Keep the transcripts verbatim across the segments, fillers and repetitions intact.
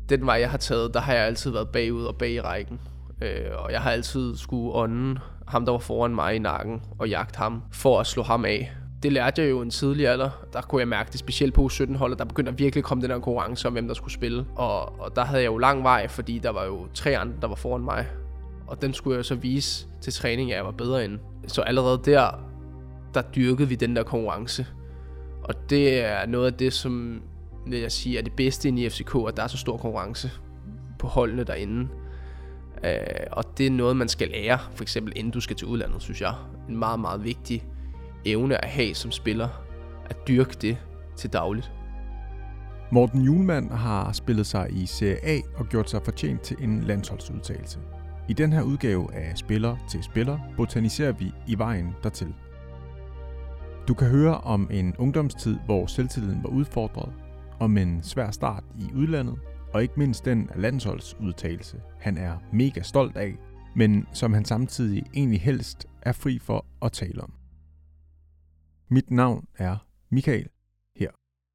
den vej, jeg har taget, der har jeg altid været bagud og bag i rækken. Øh, og jeg har altid skulle ånde ham, der var foran mig i nakken, og jagte ham for at slå ham af. Det lærte jeg jo en tidlig alder. Der kunne jeg mærke det, specielt på U sytten-holdet. Der begyndte at virkelig komme den her konkurrence om, hvem der skulle spille. Og, og der havde jeg jo lang vej, fordi der var jo tre andre, der var foran mig. Og dem skulle jeg så vise til træning, at jeg var bedre end. Så allerede der, der dyrkede vi den der konkurrence. Og det er noget af det, som vil jeg sige, er det bedste inde i F C K, at der er så stor konkurrence på holdene derinde. Uh, og det er noget, man skal lære, for eksempel inden du skal til udlandet, synes jeg. En meget, meget vigtig evne at have som spiller, at dyrke det til dagligt. Morten Hjulmand har spillet sig i Serie A og gjort sig fortjent til en landsholdsudtagelse. I den her udgave af Spiller til Spiller botaniserer vi i vejen dertil. Du kan høre om en ungdomstid, hvor selvtilliden var udfordret, om en svær start i udlandet, og ikke mindst den landsholdsudtagelse, han er mega stolt af, men som han samtidig egentlig helst er fri for at tale om. Mit navn er Michael her.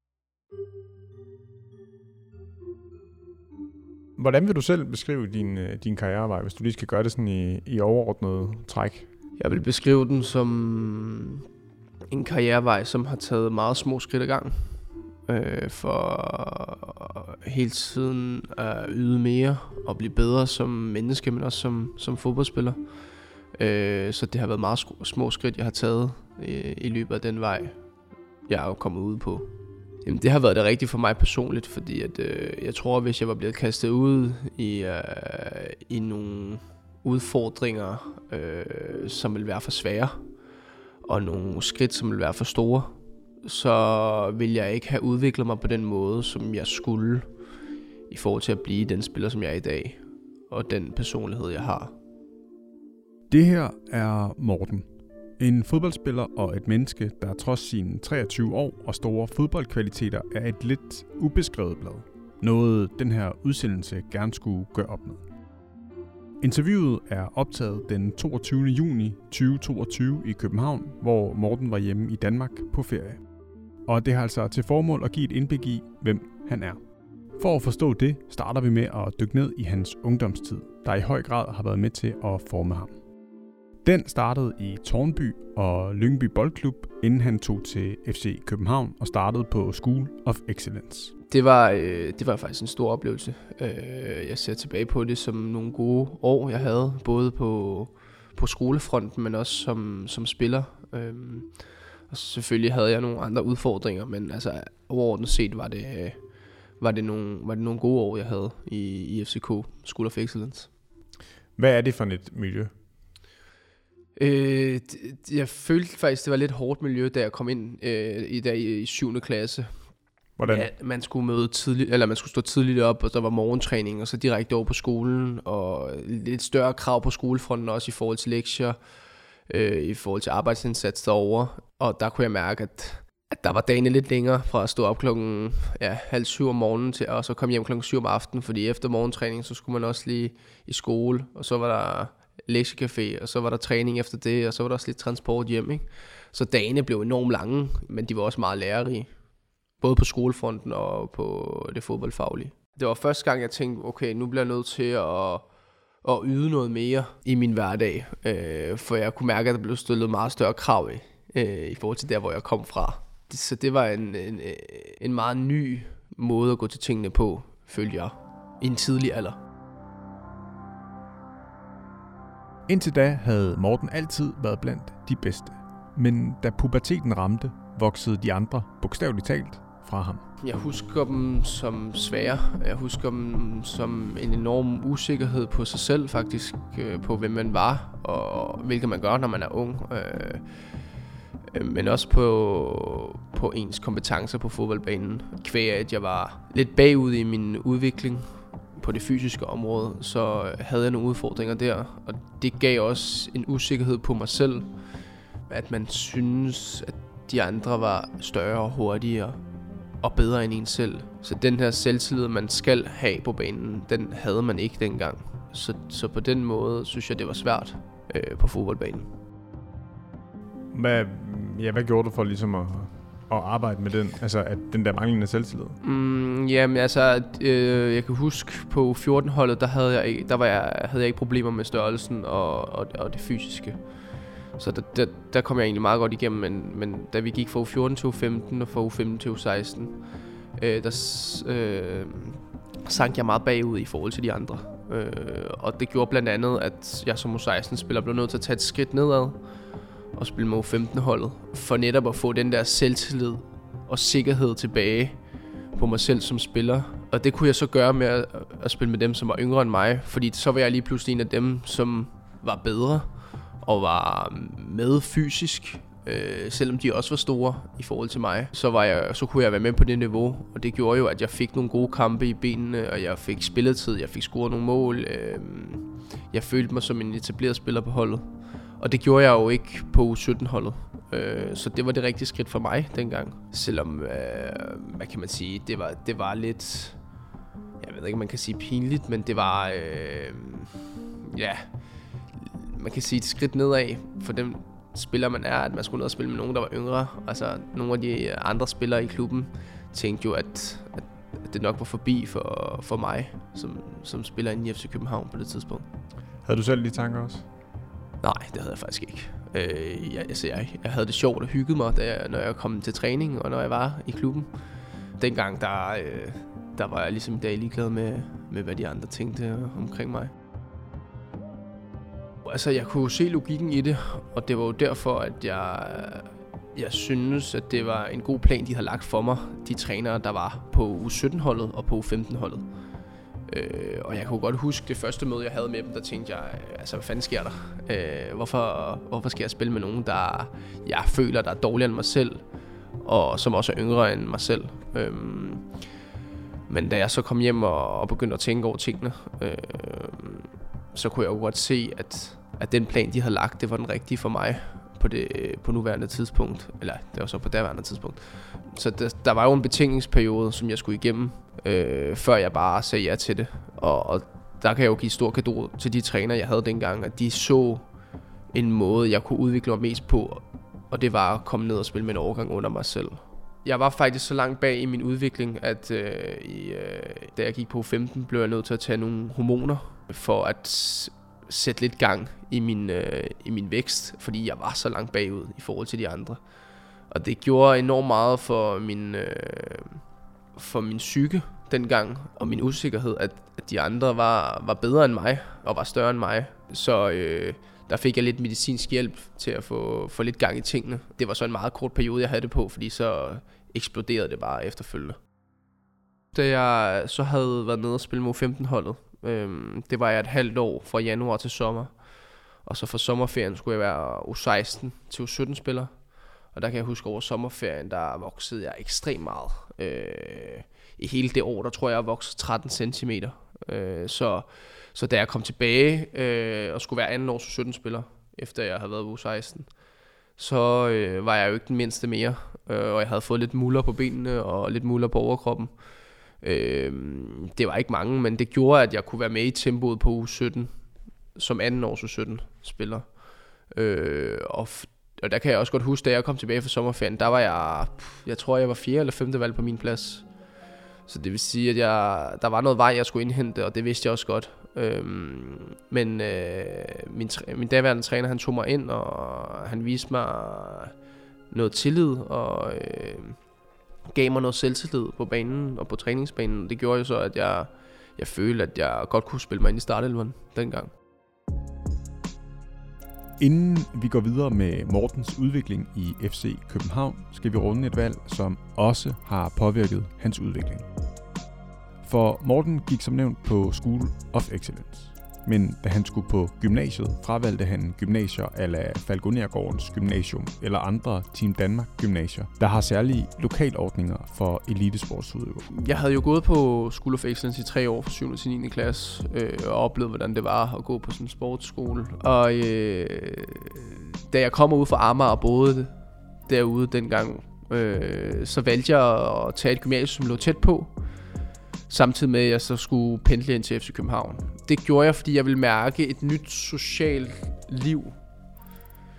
Hvordan vil du selv beskrive din, din karrierevej, hvis du lige skal gøre det sådan i, i overordnet træk? Jeg vil beskrive den som en karrierevej, som har taget meget små skridt ad gangen. Øh, for hele tiden at yde mere og blive bedre som menneske, men også som, som fodboldspiller. Øh, så det har været meget små skridt, jeg har taget i, i løbet af den vej, jeg er jo kommet ud på. Jamen, det har været det rigtige for mig personligt, fordi at, øh, jeg tror, hvis jeg var blevet kastet ud i, øh, i nogle udfordringer, øh, som vil være for svære, og nogle skridt, som vil være for store, så vil jeg ikke have udviklet mig på den måde, som jeg skulle, i forhold til at blive den spiller, som jeg er i dag, og den personlighed, jeg har. Det her er Morten. En fodboldspiller og et menneske, der trods sine treogtyve år og store fodboldkvaliteter er et lidt ubeskrevet blad. Noget den her udsendelse gerne skulle gøre op med. Interviewet er optaget den toogtyvende juni tyve toogtyve i København, hvor Morten var hjemme i Danmark på ferie. Og det har altså til formål at give et indblik i, hvem han er. For at forstå det, starter vi med at dykke ned i hans ungdomstid, der i høj grad har været med til at forme ham. Den startede i Tårnby og Lyngby Boldklub, inden han tog til F C København og startede på School of Excellence. Det var, øh, det var faktisk en stor oplevelse. Øh, jeg ser tilbage på det som nogle gode år, jeg havde, både på, på skolefronten, men også som, som spiller. Øh, og selvfølgelig havde jeg nogle andre udfordringer, men altså overordnet set var det, var det, nogle, var det nogle gode år, jeg havde i, i F C K, School of Excellence. Hvad er det for et miljø? Øh, jeg følte faktisk, det var lidt hårdt miljø, da jeg kom ind øh, i, der, i, i syvende klasse. Hvordan? Ja, man skulle møde tidligt, eller man skulle stå tidligt op, og der var morgentræning, og så direkte over på skolen, og lidt større krav på skolefronten også i forhold til lektier, øh, i forhold til arbejdsindsats derovre. Og der kunne jeg mærke, at, at der var dagene lidt længere fra at stå op klokken ja, halv syv om morgenen til, og så komme hjem klokken syv om aftenen, fordi efter morgentræning, så skulle man også lige i skole, og så var der lektiecafé, og så var der træning efter det, og så var der også lidt transport hjem, ikke? Så dagene blev enormt lange, men de var også meget lærerige. Både på skolefronten og på det fodboldfaglige. Det var første gang, jeg tænkte, okay, nu bliver jeg nødt til at, at yde noget mere i min hverdag. Øh, for jeg kunne mærke, at der blev stillet meget større krav i, øh, i forhold til der, hvor jeg kom fra. Så det var en, en, en meget ny måde at gå til tingene på, følte jeg, i en tidlig alder. Indtil da havde Morten altid været blandt de bedste. Men da puberteten ramte, voksede de andre bogstaveligt talt fra ham. Jeg husker dem som svære. Jeg husker dem som en enorm usikkerhed på sig selv faktisk, øh, på hvem man var, og hvilket man gør, når man er ung. Øh, øh, men også på, på ens kompetencer på fodboldbanen. Kvæg at jeg var lidt bagud i min udvikling på det fysiske område, så havde jeg nogle udfordringer der, og det gav også en usikkerhed på mig selv, at man synes, at de andre var større og hurtigere og bedre end en selv. Så den her selvtillid, man skal have på banen, den havde man ikke dengang. Så, så på den måde synes jeg, det var svært øh, på fodboldbanen. Hvad, ja, hvad gjorde du for ligesom at, at arbejde med den, altså at den der manglende selvtillid? Mm, jamen altså, øh, jeg kan huske på fjorten-holdet, der havde jeg ikke, der var jeg, havde jeg ikke problemer med størrelsen og, og, og det fysiske. Så der, der, der kom jeg egentlig meget godt igennem, men, men da vi gik fra U fjorten til U femten og fra U femten til U seksten, øh, der øh, sank jeg meget bagud i forhold til de andre. Øh, og det gjorde blandt andet, at jeg som U seksten-spiller blev nødt til at tage et skridt nedad og spille med U femten-holdet, for netop at få den der selvtillid og sikkerhed tilbage på mig selv som spiller. Og det kunne jeg så gøre med at, at spille med dem, som var yngre end mig, fordi så var jeg lige pludselig en af dem, som var bedre og var med fysisk, øh, selvom de også var store i forhold til mig. Så, var jeg, så kunne jeg være med på det niveau, og det gjorde jo, at jeg fik nogle gode kampe i benene, og jeg fik spilletid, jeg fik scoret nogle mål. Øh, jeg følte mig som en etableret spiller på holdet. Og det gjorde jeg jo ikke på U sytten-holdet. Øh, så det var det rigtige skridt for mig dengang. Selvom, øh, hvad kan man sige, det var, det var lidt, jeg ved ikke, om man kan sige pinligt, men det var, øh, ja, man kan sige et skridt nedad for dem spiller man er, at man skulle ned og spille med nogen, der var yngre. Altså, nogle af de andre spillere i klubben tænkte jo, at, at, at det nok var forbi for, for mig, som, som spiller inde i F C København på det tidspunkt. Havde du selv de tanker også? Nej, det havde jeg faktisk ikke. Øh, jeg, altså, jeg, jeg havde det sjovt og hyggede mig, da jeg, når jeg kom til træning, og når jeg var i klubben. Dengang, der, øh, der var jeg ligesom i dag ligeglad med, med, hvad de andre tænkte omkring mig. Altså, jeg kunne se logikken i det, og det var jo derfor, at jeg, jeg synes, at det var en god plan, de havde lagt for mig, de trænere, der var på U sytten-holdet og på U femten-holdet. Øh, og jeg kunne godt huske det første møde, jeg havde med dem, der tænkte jeg, altså, hvad fanden sker der? Øh, hvorfor, hvorfor skal jeg spille med nogen, der jeg føler, der er dårligere end mig selv, og som også er yngre end mig selv? Øh, men da jeg så kom hjem og, og begyndte at tænke over tingene, øh, så kunne jeg jo godt se, at, at den plan, de havde lagt, det var den rigtige for mig på det på nuværende tidspunkt. Eller det var så på daværende tidspunkt. Så der, der var jo en betingelsesperiode, som jeg skulle igennem, øh, før jeg bare sagde ja til det. Og, og der kan jeg jo give stor cadeau til de trænere, jeg havde dengang, at de så en måde, jeg kunne udvikle mig mest på, og det var at komme ned og spille med en overgang under mig selv. Jeg var faktisk så langt bag i min udvikling, at øh, i, øh, da jeg gik på U femten, blev jeg nødt til at tage nogle hormoner for at sætte lidt gang i min, øh, i min vækst, fordi jeg var så langt bagud i forhold til de andre. Og det gjorde enormt meget for min, øh, for min psyke dengang, og min usikkerhed, at, at de andre var, var bedre end mig, og var større end mig. Så øh, der fik jeg lidt medicinsk hjælp til at få, få lidt gang i tingene. Det var så en meget kort periode, jeg havde det på, fordi så eksploderede det bare efterfølgende. Da jeg så havde været nede og spille med U femten-holdet, øhm, det var jeg et halvt år fra januar til sommer. Og så fra sommerferien skulle jeg være U seksten til U sytten-spiller. Og der kan jeg huske over sommerferien, der voksede jeg ekstremt meget. Øh, I hele det år, der tror jeg, jeg voksede tretten centimeter. Øh, så, så da jeg kom tilbage øh, og skulle være anden års U sytten-spiller, efter jeg havde været U seksten, så øh, var jeg jo ikke den mindste mere. Øh, og jeg havde fået lidt muller på benene og lidt muller på overkroppen. Øh, det var ikke mange, men det gjorde, at jeg kunne være med i tempoet på U sytten, som anden års U sytten-spiller. Øh, og Og der kan jeg også godt huske, da jeg kom tilbage fra sommerferien, der var jeg, jeg tror jeg var fjerde eller femte valg på min plads. Så det vil sige, at jeg, der var noget vej, jeg skulle indhente, og det vidste jeg også godt. Øhm, men øh, min, min daværende træner, han tog mig ind, og han viste mig noget tillid, og øh, gav mig noget selvtillid på banen og på træningsbanen. Det gjorde jo så, at jeg, jeg følte, at jeg godt kunne spille mig ind i startelveren dengang. Inden vi går videre med Mortens udvikling i F C København, skal vi runde et valg, som også har påvirket hans udvikling. For Morten gik som nævnt på School of Excellence, men da han skulle på gymnasiet, fravalgte han gymnasier a la Falkonergårdens Gymnasium eller andre Team Danmark gymnasier, der har særlige lokalordninger for elitesportsudøvere. Jeg havde jo gået på School of Excellence i tre år fra syvende til niende klasse øh, og oplevet, hvordan det var at gå på sådan en sportsskole. Og øh, da jeg kommer ud fra Amager og boede derude dengang, øh, så valgte jeg at tage et gymnasium, som lå tæt på, samtidig med at jeg så skulle pendle ind til F C København. Det gjorde jeg, fordi jeg ville mærke et nyt socialt liv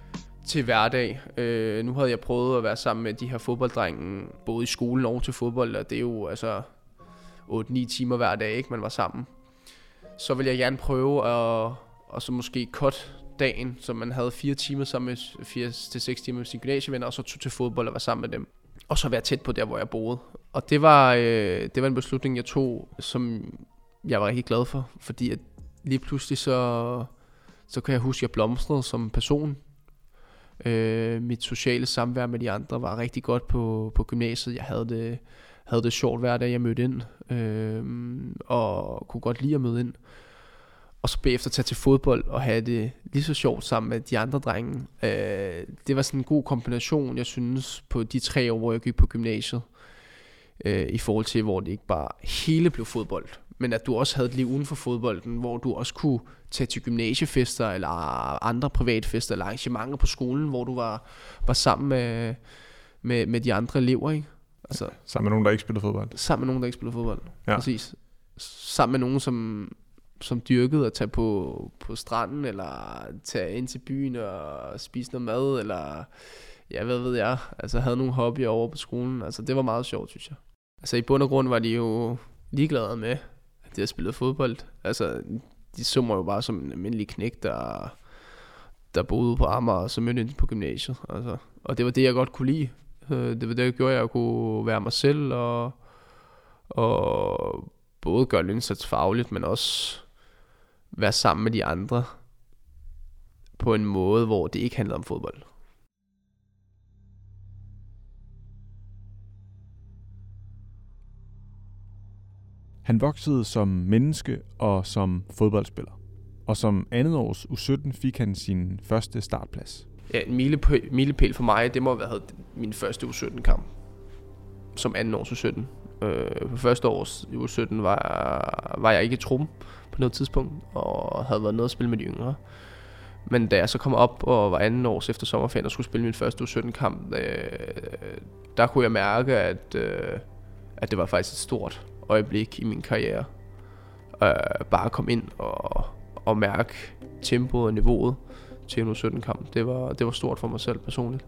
til hverdag. Øh, nu havde jeg prøvet at være sammen med de her fodbolddrenge, både i skolen og til fodbold, og det er jo altså otte ni timer hver dag, ikke, man var sammen. Så vil jeg gerne prøve at og så måske cut dagen, så man havde fire timer sammen med fire til seks timer med sine gymnasievenner, og så tog til fodbold og var sammen med dem. Og så være tæt på der, hvor jeg boede. Og det var, øh, det var en beslutning, jeg tog, som jeg var rigtig glad for, fordi at lige pludselig så, så kan jeg huske, at jeg blomstrede som person. Øh, mit sociale samvær med de andre var rigtig godt på, på gymnasiet. Jeg havde det, havde det sjovt hver dag, jeg mødte ind, øh, og kunne godt lide at møde ind. Og så bagefter tage til fodbold og have det lige så sjovt sammen med de andre drenge. Øh, det var sådan en god kombination, jeg synes, på de tre år, hvor jeg gik på gymnasiet. Øh, I forhold til, hvor det ikke bare hele blev fodbold, men at du også havde et liv uden for fodbolden, hvor du også kunne tage til gymnasiefester, eller andre privatfester, eller arrangementer på skolen, hvor du var, var sammen med, med, med de andre elever, ikke? Altså, sammen med nogen, der ikke spillede fodbold? Sammen med nogen, der ikke spillede fodbold, ja. Præcis. Sammen med nogen, som... som dyrkede at tage på, på stranden, eller tage ind til byen og spise noget mad, eller ja, hvad ved jeg, altså havde nogle hobbyer over på skolen. Altså det var meget sjovt, synes jeg. Altså i bund og grund var de jo ligeglade med, at de havde spillet fodbold. Altså de så mig jo bare som en almindelig knægt, der, der boede på Amager, og så mødte ind på gymnasiet. Altså. Og det var det, jeg godt kunne lide. Det var det, jeg gjorde, at jeg kunne være mig selv, og, og både gøre indsats fagligt, men også være sammen med de andre på en måde, hvor det ikke handlede om fodbold. Han voksede som menneske og som fodboldspiller. Og som andet års U sytten fik han sin første startplads. Ja, en milepæl, milepæl for mig, det må have været min første U sytten kamp. Som anden års U sytten. Øh, på første års U sytten var jeg, var jeg ikke i truppen på noget tidspunkt, og havde været nede at spille med de yngre. Men da jeg så kom op og var anden års efter sommerferien og skulle spille min første U sytten kamp, øh, der kunne jeg mærke, at, øh, at det var faktisk et stort øjeblik i min karriere. Øh, bare at komme ind og, og mærke tempoet og niveauet til en U sytten kamp. Det var, det var stort for mig selv personligt.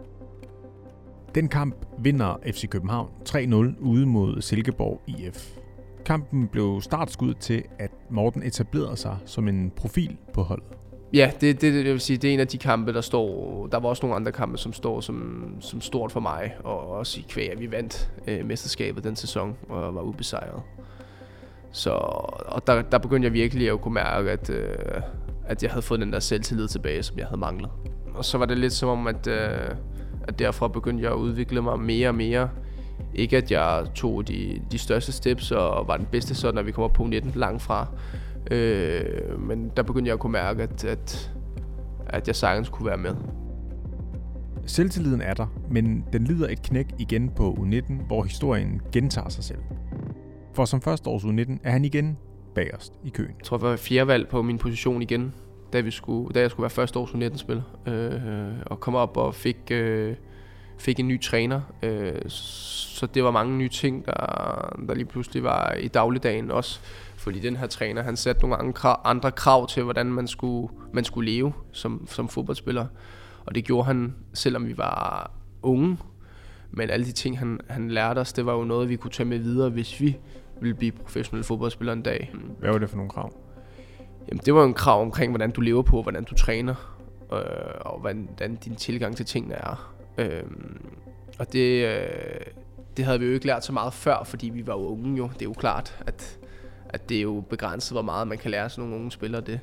Den kamp vinder F C København tre nul ude mod Silkeborg I F. Kampen blev startskud til, at Morten etablerede sig som en profil på holdet. Ja, det, det, det vil sige, det er en af de kampe, der står... Der var også nogle andre kampe, som står som, som stort for mig, og også i kvæg, at vi vandt øh, mesterskabet den sæson og var ubesejret. Så, og der, der begyndte jeg virkelig at kunne mærke, at, øh, at jeg havde fået den der selvtillid tilbage, som jeg havde manglet. Og så var det lidt som om, at, øh, at derfra begyndte jeg at udvikle mig mere og mere. Ikke at jeg tog de, de største steps og var den bedste, så når vi kom op på U nitten langt fra. Øh, men der begyndte jeg at kunne mærke, at, at, at jeg sagtens kunne være med. Selvtilliden er der, men den lider et knæk igen på U nitten, hvor historien gentager sig selv. For som første års U nitten er han igen bagerst i køen. Jeg tror, jeg var fjerde valg på min position igen, da, vi skulle, da jeg skulle være første års U nitten-spiller. Øh, og kom op og fik, øh, fik en ny træner. Øh, så det var mange nye ting, der, der lige pludselig var i dagligdagen også. Fordi den her træner, han satte nogle andre krav til, hvordan man skulle, man skulle leve som, som fodboldspiller. Og det gjorde han, selvom vi var unge. Men alle de ting, han, han lærte os, det var jo noget, vi kunne tage med videre, hvis vi ville blive professionelle fodboldspillere en dag. Hvad var det for nogle krav? Jamen, det var jo en krav omkring, hvordan du lever på, hvordan du træner, øh, og hvordan din tilgang til tingene er. Øh, og det, øh, det havde vi jo ikke lært så meget før, fordi vi var jo unge jo. Det er jo klart, at, at det er jo begrænset, hvor meget man kan lære sådan nogle unge spillere det.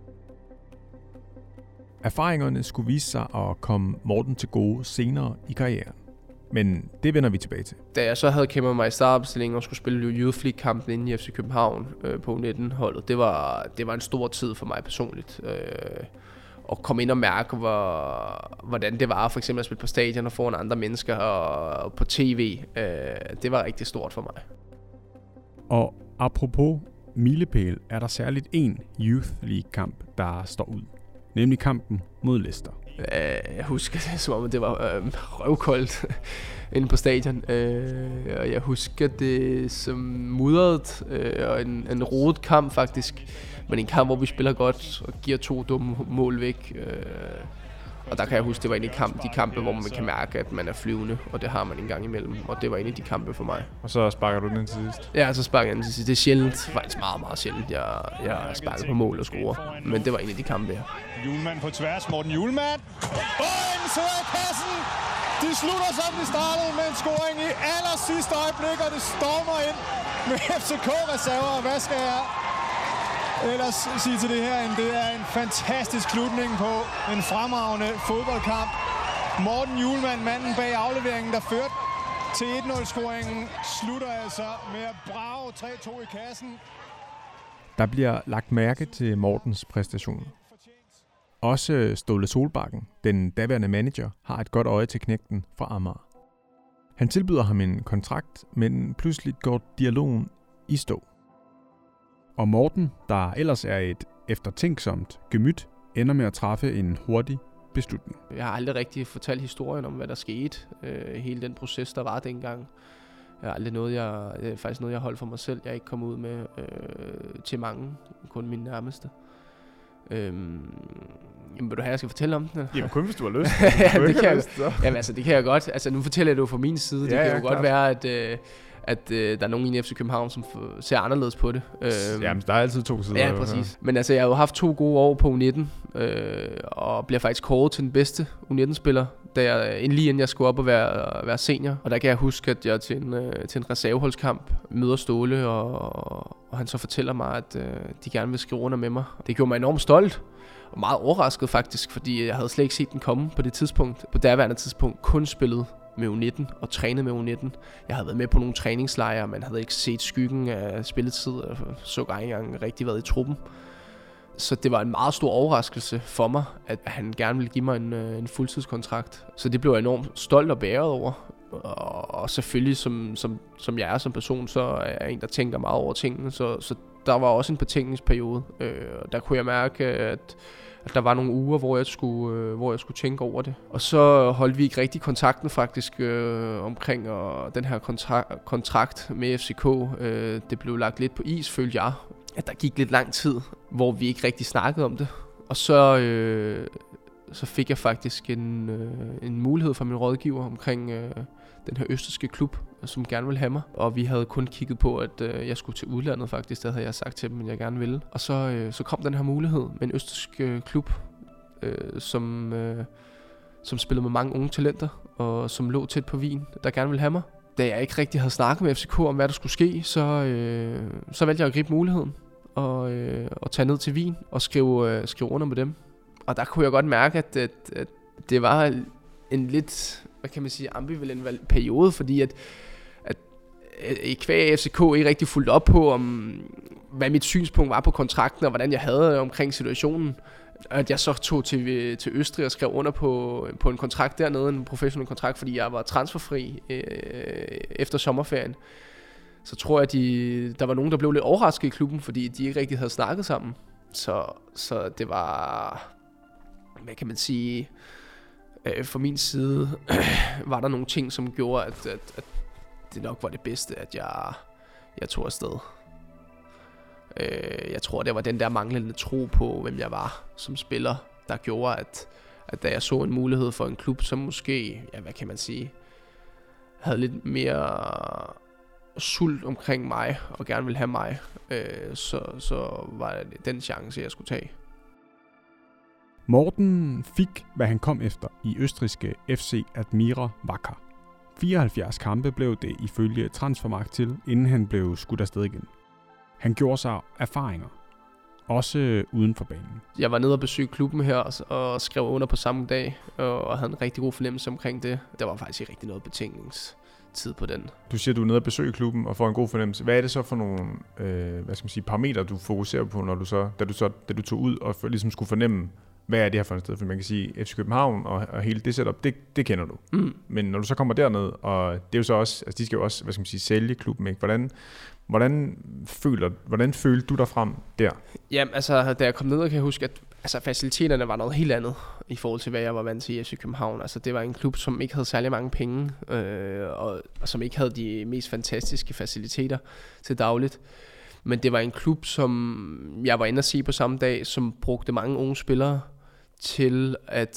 Erfaringerne skulle vise sig at komme Morten til gode senere i karrieren. Men det vender vi tilbage til. Da jeg så havde kæmpet mig i startopstillingen og skulle spille Youth League-kampen inde i F C København øh, på U nitten-holdet, det var, det var en stor tid for mig personligt. Øh, at komme ind og mærke, hvor, hvordan det var for eksempel at spille på stadion og foran andre mennesker og, og på tv. Øh, det var rigtig stort for mig. Og apropos milepæl, er der særligt en Youth League-kamp, der står ud. Nemlig kampen mod Leicester. Jeg husker det, som om det var øh, røvkoldt inde på stadion. Øh, og jeg husker det som mudret øh, og en, en rodet kamp faktisk. Men en kamp, hvor vi spiller godt og giver to dumme mål væk. Øh, Og der kan jeg huske, det var en af kampe, de kampe, hvor man kan mærke, at man er flyvende, og det har man en gang imellem. Og det var en af de kampe for mig. Og så sparker du den til sidst? Ja, så sparker jeg den til sidst. Det er sjældent, faktisk meget, meget sjældent, jeg, jeg sparker på mål og scorer. Men det var en af de kampe her. Hjulmand på tværs, Morten Hjulmand. Og en sidder i kassen. De slutter, som de startede, med en scoring i aller sidste øjeblik, og det stormer ind med F C K-reserver. Hvad skal jeg ellers sige til det her? Det er en fantastisk slutning på en fremragende fodboldkamp. Morten Hjulmand, manden bag afleveringen, der førte til et nul-scoringen, slutter altså med at brage tre to i kassen. Der bliver lagt mærke til Mortens præstationer. Også Ståle Solbakken, den daværende manager, har et godt øje til knægten fra Amager. Han tilbyder ham en kontrakt, men pludselig går dialogen i stå. Og Morten, der ellers er et eftertænksomt gemyt, ender med at træffe en hurtig beslutning. Jeg har aldrig rigtig fortalt historien om, hvad der skete. Øh, hele den proces, der var dengang. Jeg har aldrig noget, jeg, det er faktisk noget, jeg holdt for mig selv. Jeg er ikke kommet ud med øh, til mange, kun mine nærmeste. Øhm, jamen, vil du have, jeg skal fortælle om den? Jamen, kun hvis du har lyst. ja, det kan jeg, jamen, altså, det kan jeg godt. Altså, nu fortæller jeg det jo fra min side. Det ja, kan jo ja, godt være, at, øh, at øh, der er nogen i F C København, som f- ser anderledes på det. Øhm, jamen, der er altid to sider. Ja, præcis. Men altså, jeg har jo haft to gode år på U nitten, øh, og bliver faktisk kåret til den bedste U nitten-spiller, da jeg, lige inden jeg skulle op og være, være senior. Og der kan jeg huske, at jeg til en, øh, til en reserveholdskamp møder Ståle, og, og han så fortæller mig, at øh, de gerne vil skrive under med mig. Det gjorde mig enormt stolt, og meget overrasket faktisk, fordi jeg havde slet ikke set den komme på det tidspunkt. På daværende tidspunkt kun spillet med U nitten og trænet med U nitten. Jeg havde været med på nogle træningslejre, men havde ikke set skyggen af spilletid, og så ikke engang rigtig været i truppen. Så det var en meget stor overraskelse for mig, at han gerne ville give mig en, en fuldtidskontrakt. Så det blev jeg enormt stolt og bæret over. Og selvfølgelig, som, som, som jeg er som person, så er jeg en, der tænker meget over tingene. Så, så der var også en betænkningsperiode. Øh, der kunne jeg mærke, at, at der var nogle uger, hvor jeg, skulle, øh, hvor jeg skulle tænke over det. Og så holdt vi ikke rigtig kontakten faktisk øh, omkring og den her kontra- kontrakt med F C K. Øh, det blev lagt lidt på is, følte jeg. At der gik lidt lang tid, hvor vi ikke rigtig snakkede om det. Og så, øh, så fik jeg faktisk en, øh, en mulighed fra min rådgiver omkring øh, den her østrigske klub, som gerne ville have mig. Og vi havde kun kigget på, at øh, jeg skulle til udlandet faktisk. Der havde jeg sagt til dem, at jeg gerne ville. Og så, øh, så kom den her mulighed med en østrigsk øh, klub, øh, som, øh, som spillede med mange unge talenter, og som lå tæt på Wien, der gerne ville have mig. Da jeg ikke rigtig havde snakket med F C K om, hvad der skulle ske, så, øh, så valgte jeg at gribe muligheden og, øh, og tage ned til Wien og skrive, øh, skrive under med dem. Og der kunne jeg godt mærke, at, at, at det var en lidt, hvad kan man sige, ambivalent periode, fordi at, at, at i kvæg F C K ikke rigtig fulgte op på, om, hvad mit synspunkt var på kontrakten, og hvordan jeg havde omkring situationen. At jeg så tog til, til Østrig og skrev under på, på en kontrakt dernede, en professionel kontrakt, fordi jeg var transferfri øh, efter sommerferien. Så tror jeg, at de, der var nogen, der blev lidt overrasket i klubben, fordi de ikke rigtig havde snakket sammen. Så, så det var, hvad kan man sige, øh, fra min side var der nogle ting, som gjorde, at, at, at det nok var det bedste, at jeg, jeg tog afsted. Jeg tror, det var den der manglende tro på, hvem jeg var som spiller, der gjorde, at, at da jeg så en mulighed for en klub, som måske, ja, hvad kan man sige, havde lidt mere sult omkring mig, og gerne ville have mig, øh, så, så var det den chance, jeg skulle tage. Morten fik, hvad han kom efter i østrigske F C Admira Wacker. fireoghalvfjerds kampe blev det ifølge Transfermarkt til, inden han blev skudt afsted igen. Han gjorde sig erfaringer, også uden for banen. Jeg var nede og besøgte klubben her og skrev under på samme dag, og havde en rigtig god fornemmelse omkring det. Der var faktisk ikke rigtig noget betænkningstid på den. Du siger, du er nede og besøge klubben og får en god fornemmelse. Hvad er det så for nogle øh, hvad skal man sige, parametre, du fokuserer på, når du så, da, du så, da du tog ud og for, ligesom skulle fornemme, hvad er det her for et sted? For man kan sige, F C København og, og hele det setup, det, det kender du. Mm. Men når du så kommer derned, og det er jo så også, altså de skal jo også, hvad skal man sige, sælge klubben, ikke? Hvordan, hvordan, føler, hvordan følte du dig frem der? Jamen, altså, da jeg kom ned, kan jeg huske, at altså, faciliteterne var noget helt andet i forhold til, hvad jeg var vant til i F C København. Altså, det var en klub, som ikke havde særlig mange penge, øh, og, og som ikke havde de mest fantastiske faciliteter til dagligt. Men det var en klub, som jeg var inde at se på samme dag, som brugte mange unge spillere til at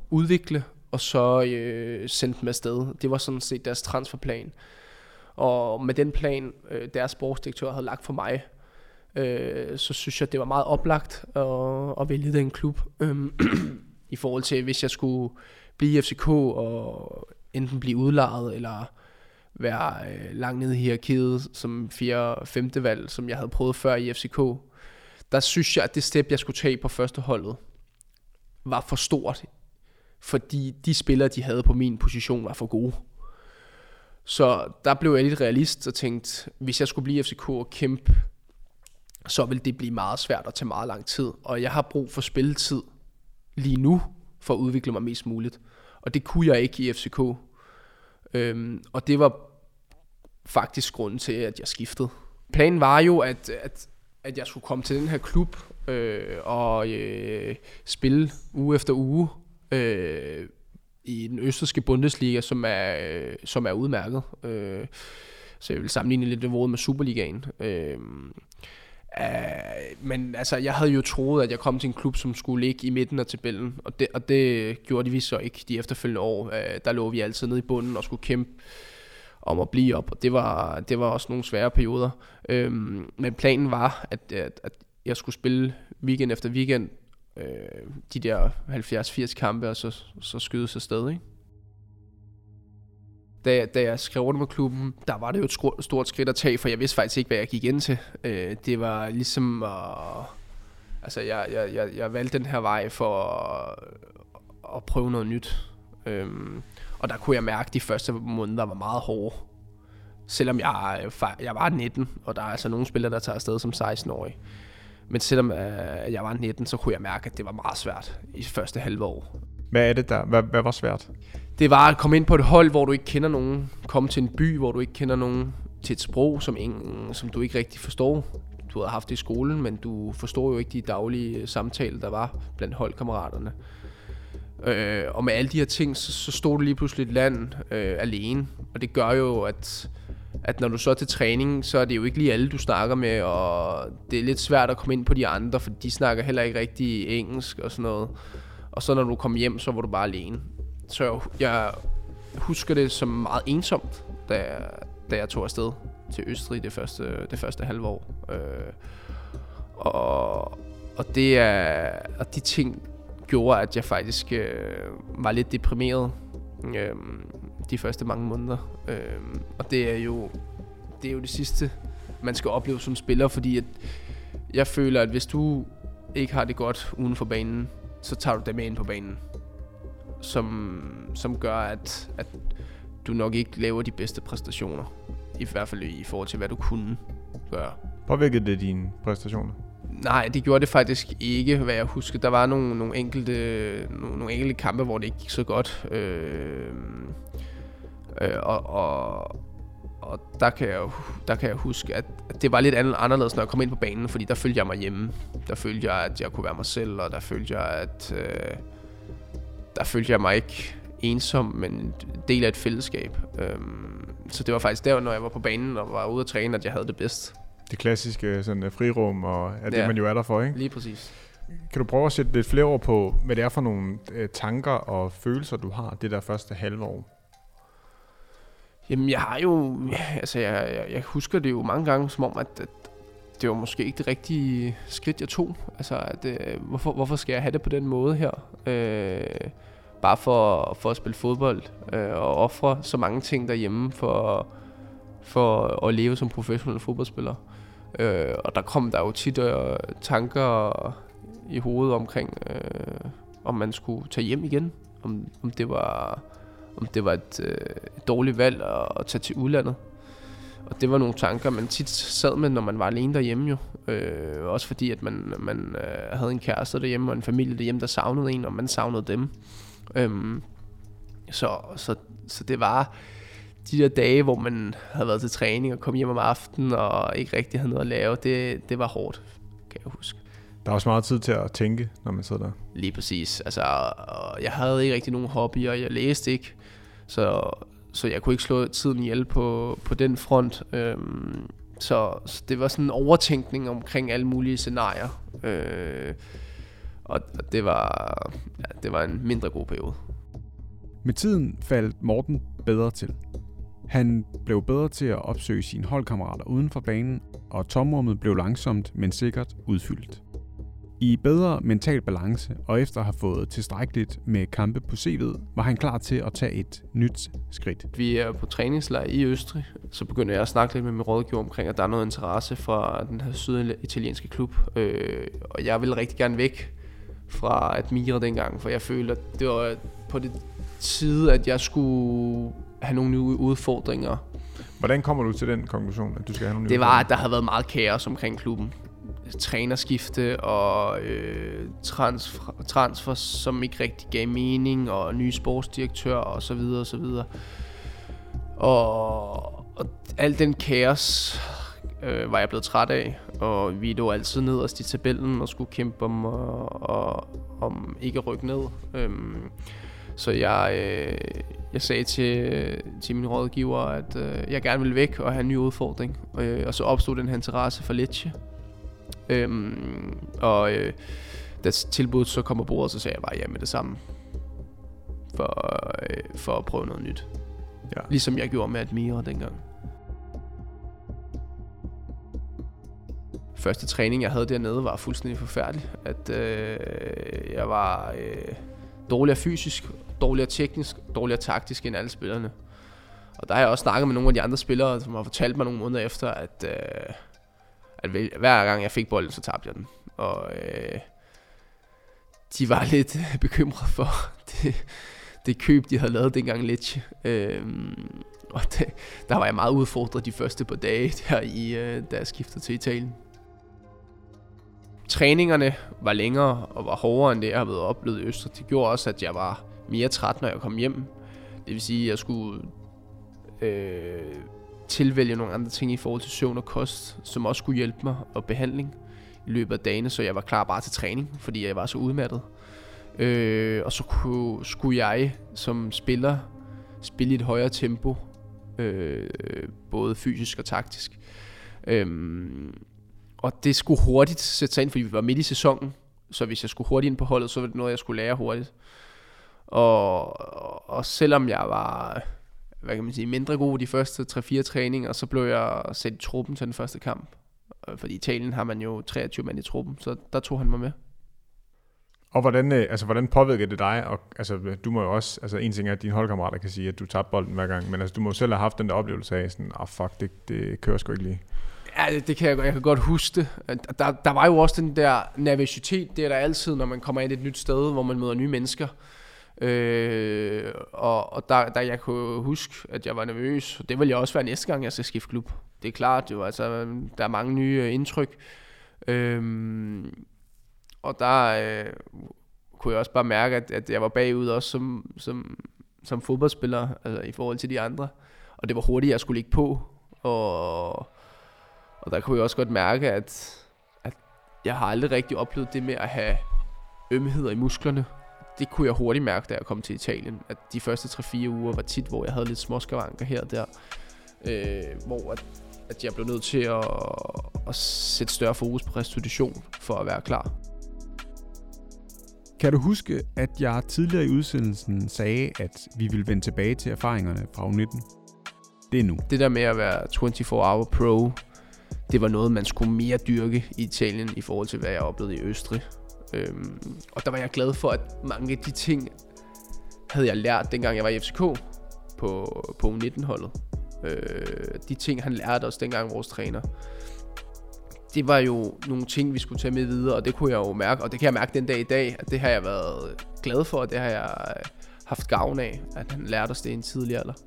udvikle, og så øh, sende dem afsted. Det var sådan set deres transferplan. Og med den plan, øh, deres sportsdirektør havde lagt for mig, øh, så synes jeg, det var meget oplagt at, at vælge den klub. Øh, I forhold til, hvis jeg skulle blive i F C K og enten blive udlejet, eller være øh, langt nede i hierarkiet som fjerde femte valg, som jeg havde prøvet før i F C K. Der synes jeg, at det step, jeg skulle tage på første holdet, var for stort. Fordi de spillere, de havde på min position, var for gode. Så der blev jeg lidt realist og tænkte, hvis jeg skulle blive i F C K og kæmpe, så ville det blive meget svært og tage meget lang tid. Og jeg har brug for spilletid lige nu, for at udvikle mig mest muligt. Og det kunne jeg ikke i F C K. Øhm, og det var faktisk grunden til, at jeg skiftede. Planen var jo, at, at, at jeg skulle komme til den her klub øh, og øh, spille uge efter uge øh, i den østrigske Bundesliga, som er, øh, som er udmærket. Øh, så jeg vil sammenligne lidt niveauet med Superligaen. Øh, Uh, men altså, jeg havde jo troet, at jeg kom til en klub, som skulle ligge i midten af tabellen, og det, og det gjorde de så ikke de efterfølgende år. Uh, der lå vi altid nede i bunden og skulle kæmpe om at blive op, og det var, det var også nogle svære perioder. Uh, men planen var, at, at, at jeg skulle spille weekend efter weekend, uh, de der halvfjerds firs kampe, og så, så skyde sig sted, ikke? Da, da jeg skrev rundt med klubben, der var det jo et stort skridt at tage, for jeg vidste faktisk ikke, hvad jeg gik ind til. Øh, det var ligesom at... Altså, jeg, jeg, jeg, jeg valgte den her vej for at, at prøve noget nyt. Øhm, og der kunne jeg mærke, at de første måneder var meget hårde. Selvom jeg, jeg var nitten, og der er altså nogle spillere, der tager afsted som seksten-årige. Men selvom øh, jeg var nitten, så kunne jeg mærke, at det var meget svært i første halve år. Hvad er det der? Hvad, hvad var svært? Det var at komme ind på et hold, hvor du ikke kender nogen. Komme til en by, hvor du ikke kender nogen. Til et sprog, som, ingen, som du ikke rigtig forstår. Du havde haft det i skolen, men du forstår jo ikke de daglige samtaler, der var blandt holdkammeraterne. Øh, og med alle de her ting, så, så stod du lige pludselig et land øh, alene. Og det gør jo, at, at når du så er til træning, så er det jo ikke lige alle, du snakker med. Og det er lidt svært at komme ind på de andre, for de snakker heller ikke rigtig engelsk og sådan noget. Og så når du kommer hjem, så var du bare alene. Så jeg, jeg husker det som meget ensomt, da jeg, da jeg tog afsted til Østrig det første, det første halve år. Øh, og, og, det er, og de ting gjorde, at jeg faktisk øh, var lidt deprimeret øh, de første mange måneder. Øh, og det er jo det er jo det sidste, man skal opleve som spiller, fordi at jeg føler, at hvis du ikke har det godt uden for banen, så tager du det med ind på banen. Som, som gør, at, at du nok ikke laver de bedste præstationer. I hvert fald i forhold til, hvad du kunne gøre. Påvirkede det dine præstationer? Nej, det gjorde det faktisk ikke, hvad jeg husker. Der var nogle, nogle, enkelte, nogle, nogle enkelte kampe, hvor det ikke gik så godt. Øh, øh, og, og, og der, kan jeg, der kan jeg huske, at, at det var lidt anderledes, når jeg kom ind på banen. Fordi der følte jeg mig hjemme. Der følte jeg, at jeg kunne være mig selv. Og der følte jeg, at... Øh, Der følte jeg mig ikke ensom, men en del af et fællesskab. Øhm, så det var faktisk der, når jeg var på banen og var ude at træne, at jeg havde det bedst. Det klassiske sådan, frirum, og er det, ja. Man jo er der for, ikke? Lige præcis. Kan du prøve at sætte lidt flere ord på, hvad det er for nogle øh, tanker og følelser, du har det der første halve år? Jamen, jeg har jo... Altså, jeg, jeg, jeg husker det jo mange gange, som om, at, at det var måske ikke det rigtige skridt, jeg tog. Altså, at, øh, hvorfor, hvorfor skal jeg have det på den måde her? Øh, bare for, for at spille fodbold øh, og ofre så mange ting derhjemme for, for at leve som professionel fodboldspiller. Øh, og der kom der jo tit øh, tanker i hovedet omkring, øh, om man skulle tage hjem igen. Om, om, det, var, om det var et, øh, et dårligt valg at, at tage til udlandet. Og det var nogle tanker, man tit sad med, når man var alene derhjemme jo. Øh, også fordi, at man, man øh, havde en kæreste derhjemme, og en familie derhjemme, der savnede en, og man savnede dem. Øh, så, så, så det var de der dage, hvor man havde været til træning og kom hjem om aftenen, og ikke rigtig havde noget at lave. Det, det var hårdt, kan jeg huske. Der er også meget tid til at tænke, når man sidder der. Lige præcis. Altså, jeg havde ikke rigtig nogen hobbyer, jeg læste ikke. Så... Så jeg kunne ikke slå tiden ihjel på, på den front. Øhm, så, så det var sådan en overtænkning omkring alle mulige scenarier. Øh, og det var, ja, det var en mindre god periode. Med tiden faldt Morten bedre til. Han blev bedre til at opsøge sine holdkammerater uden for banen, og tomrummet blev langsomt, men sikkert udfyldt. I bedre mental balance og efter at have fået tilstrækkeligt med kampe på C V'et, var han klar til at tage et nyt skridt. Vi er på træningslejr i Østrig, så begynder jeg at snakke lidt med min rådgiver omkring, at der er noget interesse fra den her syditalienske klub. Øh, og jeg ville rigtig gerne væk fra Admira dengang, for jeg følte, at det var på det tid, at jeg skulle have nogle nye udfordringer. Hvordan kommer du til den konklusion, at du skal have nogle nye Det var, at der havde været meget kaos omkring klubben. Trænerskifte og øh, transfer, transfer, som ikke rigtig gav mening, og nye sportsdirektør og så videre og så videre. Og, og al den kaos øh, var jeg blevet træt af, og vi lå altid nederst i tabellen og skulle kæmpe om, og, og, om ikke at rykke ned. Øhm, så jeg, øh, jeg sagde til, til min rådgiver, at øh, jeg gerne ville væk og have en ny udfordring. Øh, og så opstod den her interesse for Lecce. Øhm, og øh, da tilbuddet så kom på bordet, så sagde jeg bare ja med det samme for, øh, for at prøve noget nyt. Ja. Ligesom jeg gjorde med Admira dengang. Første træning jeg havde dernede var fuldstændig forfærdelig. At øh, jeg var øh, dårligere fysisk, dårligere teknisk, dårligere taktisk end alle spillerne. Og der har jeg også snakket med nogle af de andre spillere, som har fortalt mig nogle måneder efter, at øh, at hver gang jeg fik bolden, så tabte jeg den. Og øh, de var lidt bekymrede for det, det køb, de havde lavet dengang Lecce. Øh, og det, der var jeg meget udfordret de første par dage, der i, øh, da jeg skiftede til Italien. Træningerne var længere og var hårdere end det, jeg havde været oplevet i Østrig. Det gjorde også, at jeg var mere træt, når jeg kom hjem. Det vil sige, at jeg skulle Øh, tilvælge nogle andre ting i forhold til søvn og kost, som også skulle hjælpe mig, og behandling i løbet af dagene, så jeg var klar bare til træning, fordi jeg var så udmattet. Øh, og så kunne, skulle jeg som spiller spille i et højere tempo, øh, både fysisk og taktisk. Øh, og det skulle hurtigt sætte sig ind, fordi vi var midt i sæsonen, så hvis jeg skulle hurtigt ind på holdet, så var det noget, jeg skulle lære hurtigt. Og, og selvom jeg var, hvad kan man sige, mindre god de første tre fire træninger, så blev jeg sat i truppen til den første kamp. Fordi i Italien har man jo treogtyve mand i truppen, så der tog han mig med. Og hvordan, altså, hvordan påvirker det dig? Og, altså, du må jo også, altså en ting er, at dine holdkammerater kan sige, at du tabte bolden hver gang, men altså, du må jo selv have haft den der oplevelse af sådan, ah oh, fuck, det, det kører sgu ikke lige. Ja, det, det kan jeg, jeg kan godt huske det. Der, der var jo også den der nervøsitet, det er der altid, når man kommer ind i et nyt sted, hvor man møder nye mennesker. Øh, og og der, der jeg kunne huske, at jeg var nervøs, og det vil jeg også være næste gang, jeg skal skifte klub. Det er klart, jo, altså, der er mange nye indtryk. Øh, og der øh, kunne jeg også bare mærke, at, at jeg var bagud også som, som, som fodboldspiller, altså i forhold til de andre. Og det var hurtigt, jeg skulle ligge på. Og, og der kunne jeg også godt mærke, at, at jeg har aldrig rigtig oplevet det med at have ømheder i musklerne. Det kunne jeg hurtigt mærke, da jeg kom til Italien. At de første tre fire uger var tit, hvor jeg havde lidt småskavanker her og der. Øh, hvor at, at jeg blev nødt til at, at sætte større fokus på restitution for at være klar. Kan du huske, at jeg tidligere i udsendelsen sagde, at vi ville vende tilbage til erfaringerne fra U nitten? Det er nu. Det der med at være toogtyve hour pro, det var noget, man skulle mere dyrke i Italien i forhold til, hvad jeg oplevede i Østrig. Øhm, og der var jeg glad for, at mange af de ting havde jeg lært, dengang jeg var i F C K på, på U nitten-holdet. Øh, de ting, han lærte os dengang, vores træner. Det var jo nogle ting, vi skulle tage med videre, og det kunne jeg jo mærke, og det kan jeg mærke den dag i dag, at det har jeg været glad for, og det har jeg haft gavn af, at han lærte os det i en tidlig alder.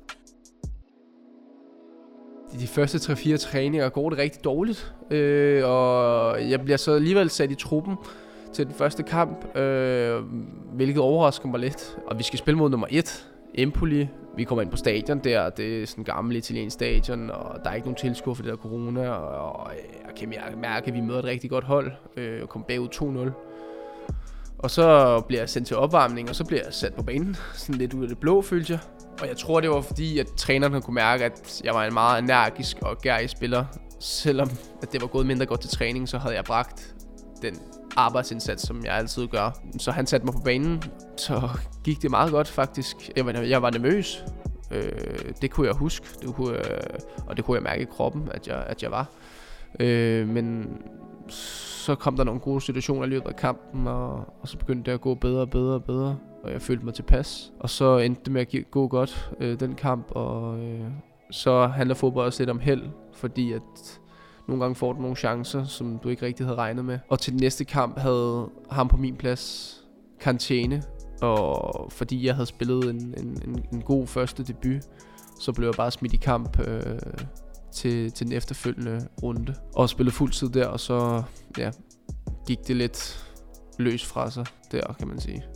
De første tre fire træninger går det rigtig dårligt, øh, og jeg bliver så alligevel sat i truppen til den første kamp, øh, hvilket overrasker mig lidt. Og vi skal spille mod nummer et, Empoli. Vi kommer ind på stadion der, det er sådan en gammel italiensk stadion, og der er ikke nogen tilskuere for det der corona, og, og jeg kan mærke, at vi møder et rigtig godt hold, øh, og kommer bagud to nul. Og så bliver jeg sendt til opvarmning, og så bliver jeg sat på banen, sådan lidt ud af det blå, følte jeg. Og jeg tror, det var fordi, at træneren kunne mærke, at jeg var en meget energisk og gærig spiller. Selvom at det var gået mindre godt til træning, så havde jeg bragt den arbejdsindsats, som jeg altid gør. Så han satte mig på banen, så gik det meget godt faktisk. Jeg var, jeg var nervøs, øh, det kunne jeg huske, det kunne jeg, og det kunne jeg mærke i kroppen, at jeg, at jeg var. Øh, men så kom der nogle gode situationer i løbet af kampen, og, og så begyndte det at gå bedre og bedre og bedre, og jeg følte mig tilpas. Og så endte det med at gå godt, øh, den kamp, og øh, så handler fodbold også lidt om held, fordi at nogle gange får du nogle chancer, som du ikke rigtig havde regnet med. Og til den næste kamp havde ham på min plads karantæne, og fordi jeg havde spillet en, en, en, en god første debut, så blev jeg bare smidt i kamp øh, til, til den efterfølgende runde. Og spillede fuld tid der, og så ja, gik det lidt løs fra sig der, kan man sige.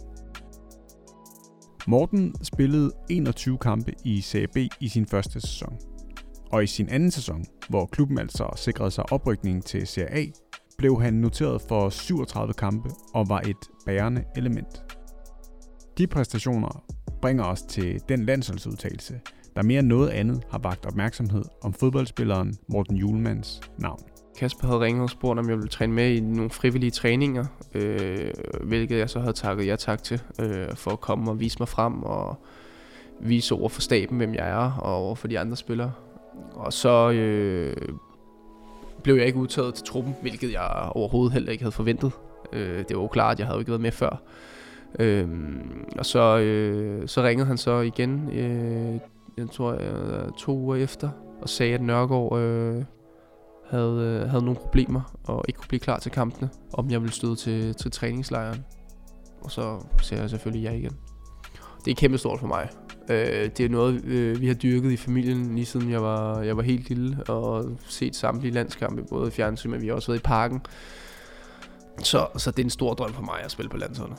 Morten spillede enogtyve kampe i Serie B i sin første sæson. Og i sin anden sæson, hvor klubben altså sikrede sig oprykning til Serie A, blev han noteret for syvogtredive kampe og var et bærende element. De præstationer bringer os til den landsholdsudtagelse, der mere end noget andet har vakt opmærksomhed om fodboldspilleren Morten Hjulmands navn. Kasper havde ringet og spurgt, om jeg ville træne med i nogle frivillige træninger, øh, hvilket jeg så havde takket ja tak til, øh, for at komme og vise mig frem og vise over for staben, hvem jeg er, og over for de andre spillere. Og så øh, blev jeg ikke udtaget til truppen, hvilket jeg overhovedet heller ikke havde forventet. Øh, det var jo klart, at jeg havde ikke været med før. Øh, og så, øh, så ringede han så igen, øh, jeg tror øh, to uger efter, og sagde, at Nørgaard øh, havde, øh, havde nogle problemer og ikke kunne blive klar til kampene, om jeg ville støde til, til træningslejren. Og så sagde jeg selvfølgelig ja igen. Det er kæmpe stort for mig. Øh, det er noget, øh, vi har dyrket i familien, lige siden jeg var, jeg var helt lille, og set samtlige landskampe, både i fjernsyn, men vi har også været i parken. Så, så det er en stor drøm for mig at spille på landsholdet.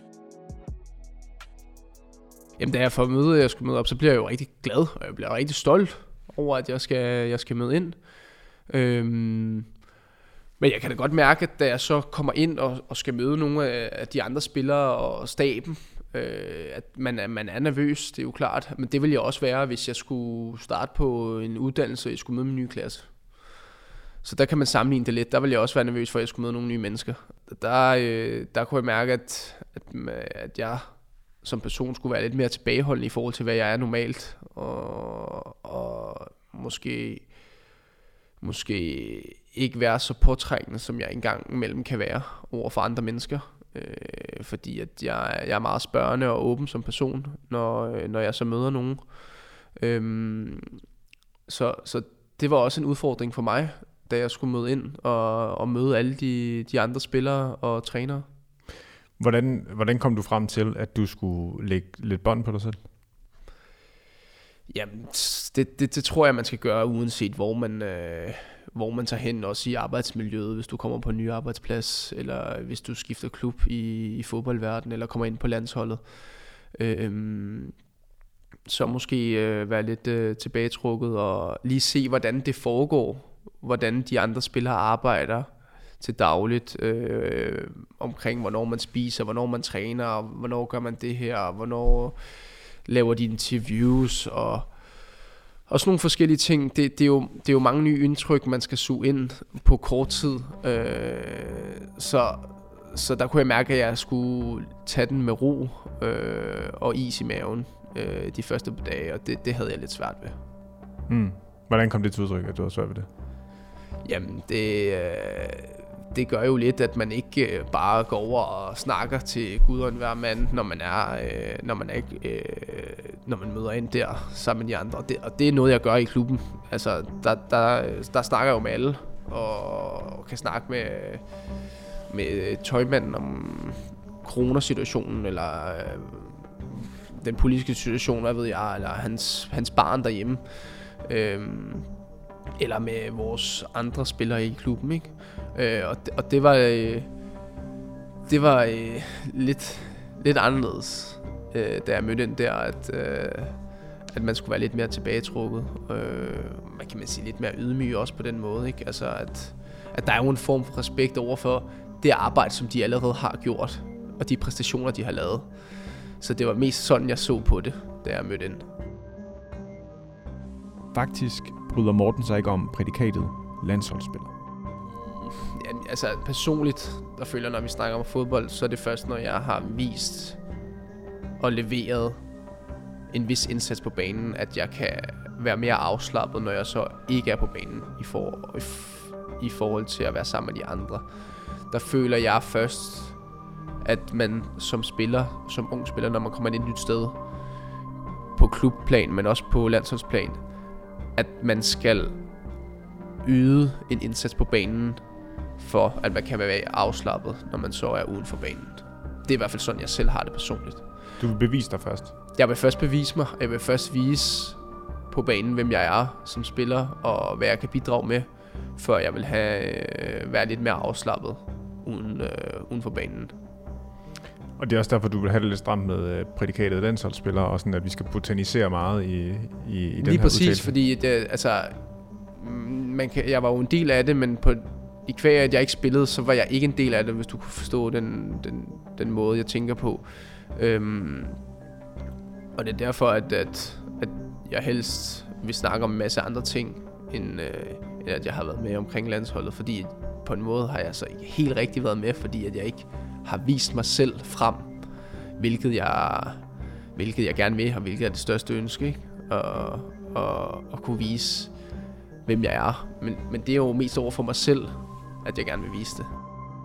Jamen, da jeg får møde, jeg skulle møde op, så bliver jeg jo rigtig glad, og jeg bliver rigtig stolt over, at jeg skal, jeg skal møde ind. Øhm, men jeg kan da godt mærke, at da jeg så kommer ind og, og skal møde nogle af de andre spillere og staben, øh, at man er, man er nervøs, det er jo klart. Men det ville jeg også være, hvis jeg skulle starte på en uddannelse, og jeg skulle møde min nye klasse. Så der kan man sammenligne det lidt. Der ville jeg også være nervøs for, at jeg skulle møde nogle nye mennesker. Der, øh, der kunne jeg mærke, at, at, at jeg som person skulle være lidt mere tilbageholdende i forhold til, hvad jeg er normalt. Og, og måske, måske ikke være så påtrængende, som jeg engang imellem kan være over for andre mennesker. Øh, fordi at jeg, jeg er meget spørgende og åben som person, når, når jeg så møder nogen. Øh, så, så det var også en udfordring for mig, da jeg skulle møde ind og, og møde alle de, de andre spillere og trænere. Hvordan, hvordan kom du frem til, at du skulle lægge lidt bånd på dig selv? Jamen, det, det, det tror jeg, man skal gøre, uanset hvor man, øh, hvor man tager hen, også i arbejdsmiljøet, hvis du kommer på en ny arbejdsplads, eller hvis du skifter klub i, i fodboldverdenen, eller kommer ind på landsholdet. Øh, så måske øh, være lidt øh, tilbagetrukket, og lige se, hvordan det foregår, hvordan de andre spillere arbejder til dagligt, øh, omkring hvornår man spiser, hvornår man træner, hvornår gør man det her, hvornår laver de interviews, og, og sådan nogle forskellige ting. Det, det, er jo, det er jo mange nye indtryk, man skal suge ind på kort tid. Øh, så, så der kunne jeg mærke, at jeg skulle tage den med ro øh, og is i maven øh, de første par dage, og det, det havde jeg lidt svært ved. Mm. Hvordan kom det til udtryk, at du havde svært ved det? Jamen, det... Øh, Det gør jo lidt, at man ikke bare går over og snakker til Gud og enhver mand, når man er, øh, når man er, øh, når man møder ind der sammen med de andre. Og det, og det er noget, jeg gør i klubben. Altså, der, der, der snakker jeg jo med alle, og kan snakke med, med tøjmanden om coronasituationen, eller øh, den politiske situation, hvad ved jeg, eller hans, hans barn derhjemme. Øh, eller med vores andre spillere i klubben, ikke? Øh, og, det, og det var øh, det var øh, lidt lidt anderledes, øh, da jeg mødte ind der, at øh, at man skulle være lidt mere tilbagetrukket. Øh, man kan man sige lidt mere ydmyg også på den måde, ikke? Altså at at der er jo en form for respekt over for det arbejde, som de allerede har gjort, og de præstationer, de har lavet. Så det var mest sådan, jeg så på det, da jeg mødte ind. Faktisk bryder Morten sig ikke om prædikatet landsholdsspiller. Ja, altså personligt, der føler når vi snakker om fodbold, så er det først, når jeg har vist og leveret en vis indsats på banen, at jeg kan være mere afslappet, når jeg så ikke er på banen i, for, i, i forhold til at være sammen med de andre. Der føler jeg først, at man som spiller, som ung spiller, når man kommer ind et nyt sted, på klubplan, men også på landsholdsplan, at man skal yde en indsats på banen, for at man kan være afslappet, når man så er uden for banen. Det er i hvert fald sådan, jeg selv har det personligt. Du vil bevise dig først? Jeg vil først bevise mig. Jeg vil først vise på banen, hvem jeg er som spiller, og hvad jeg kan bidrage med, før jeg vil have, øh, være lidt mere afslappet uden, øh, uden for banen. Og det er også derfor, du vil have det lidt stramt med øh, prædikatet landsholdsspiller, og sådan, at vi skal botanisere meget i, i, i den Lige her præcis, udtalelse. fordi det, altså, man kan, jeg var jo en del af det, men på, i kvæg, at jeg ikke spillede, så var jeg ikke en del af det, hvis du kunne forstå den, den, den måde, jeg tænker på. Øhm, og det er derfor, at, at, at jeg helst vil snakke om en masse andre ting, end, øh, end at jeg har været med omkring landsholdet, fordi på en måde har jeg så ikke helt rigtig været med, fordi at jeg ikke har vist mig selv frem, hvilket jeg, hvilket jeg gerne vil, og hvilket er det største ønske, ikke? Og, og, og kunne vise, hvem jeg er. Men, men det er jo mest over for mig selv, at jeg gerne vil vise det.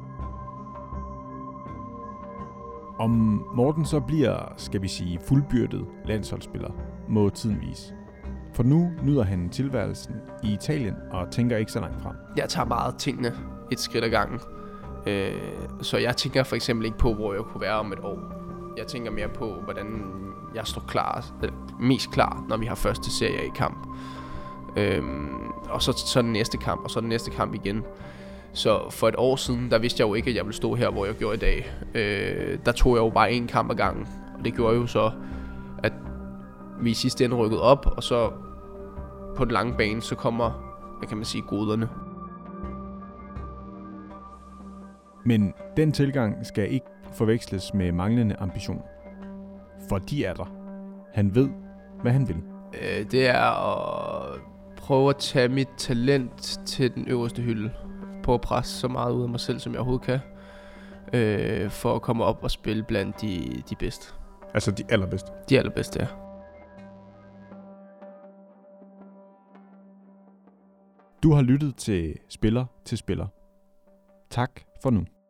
Om Morten så bliver, skal vi sige, fuldbyrdet landsholdsspiller, må tiden vise. For nu nyder han tilværelsen i Italien og tænker ikke så langt frem. Jeg tager meget tingene et skridt ad gangen. Øh, så jeg tænker for eksempel ikke på, hvor jeg kunne være om et år. Jeg tænker mere på, hvordan jeg står klar, eller mest klar, når vi har første serie i kamp. Øh, og så, så den næste kamp, og så den næste kamp igen. Så for et år siden, der vidste jeg jo ikke, at jeg ville stå her, hvor jeg gjorde i dag. Øh, der tog jeg jo bare en kamp ad gangen. Og det gjorde jo så, at vi i sidste ende rykkede op, og så på den lange bane, så kommer, hvad kan man sige, goderne. Men den tilgang skal ikke forveksles med manglende ambition. For de er der. Han ved, hvad han vil. Øh, det er at prøve at tage mit talent til den øverste hylde. Prøve at presse så meget ud af mig selv, som jeg overhovedet kan. Øh, for at komme op og spille blandt de, de bedste. Altså de allerbedste? De allerbedste, ja. Du har lyttet til Spiller til Spiller. Tak for nu.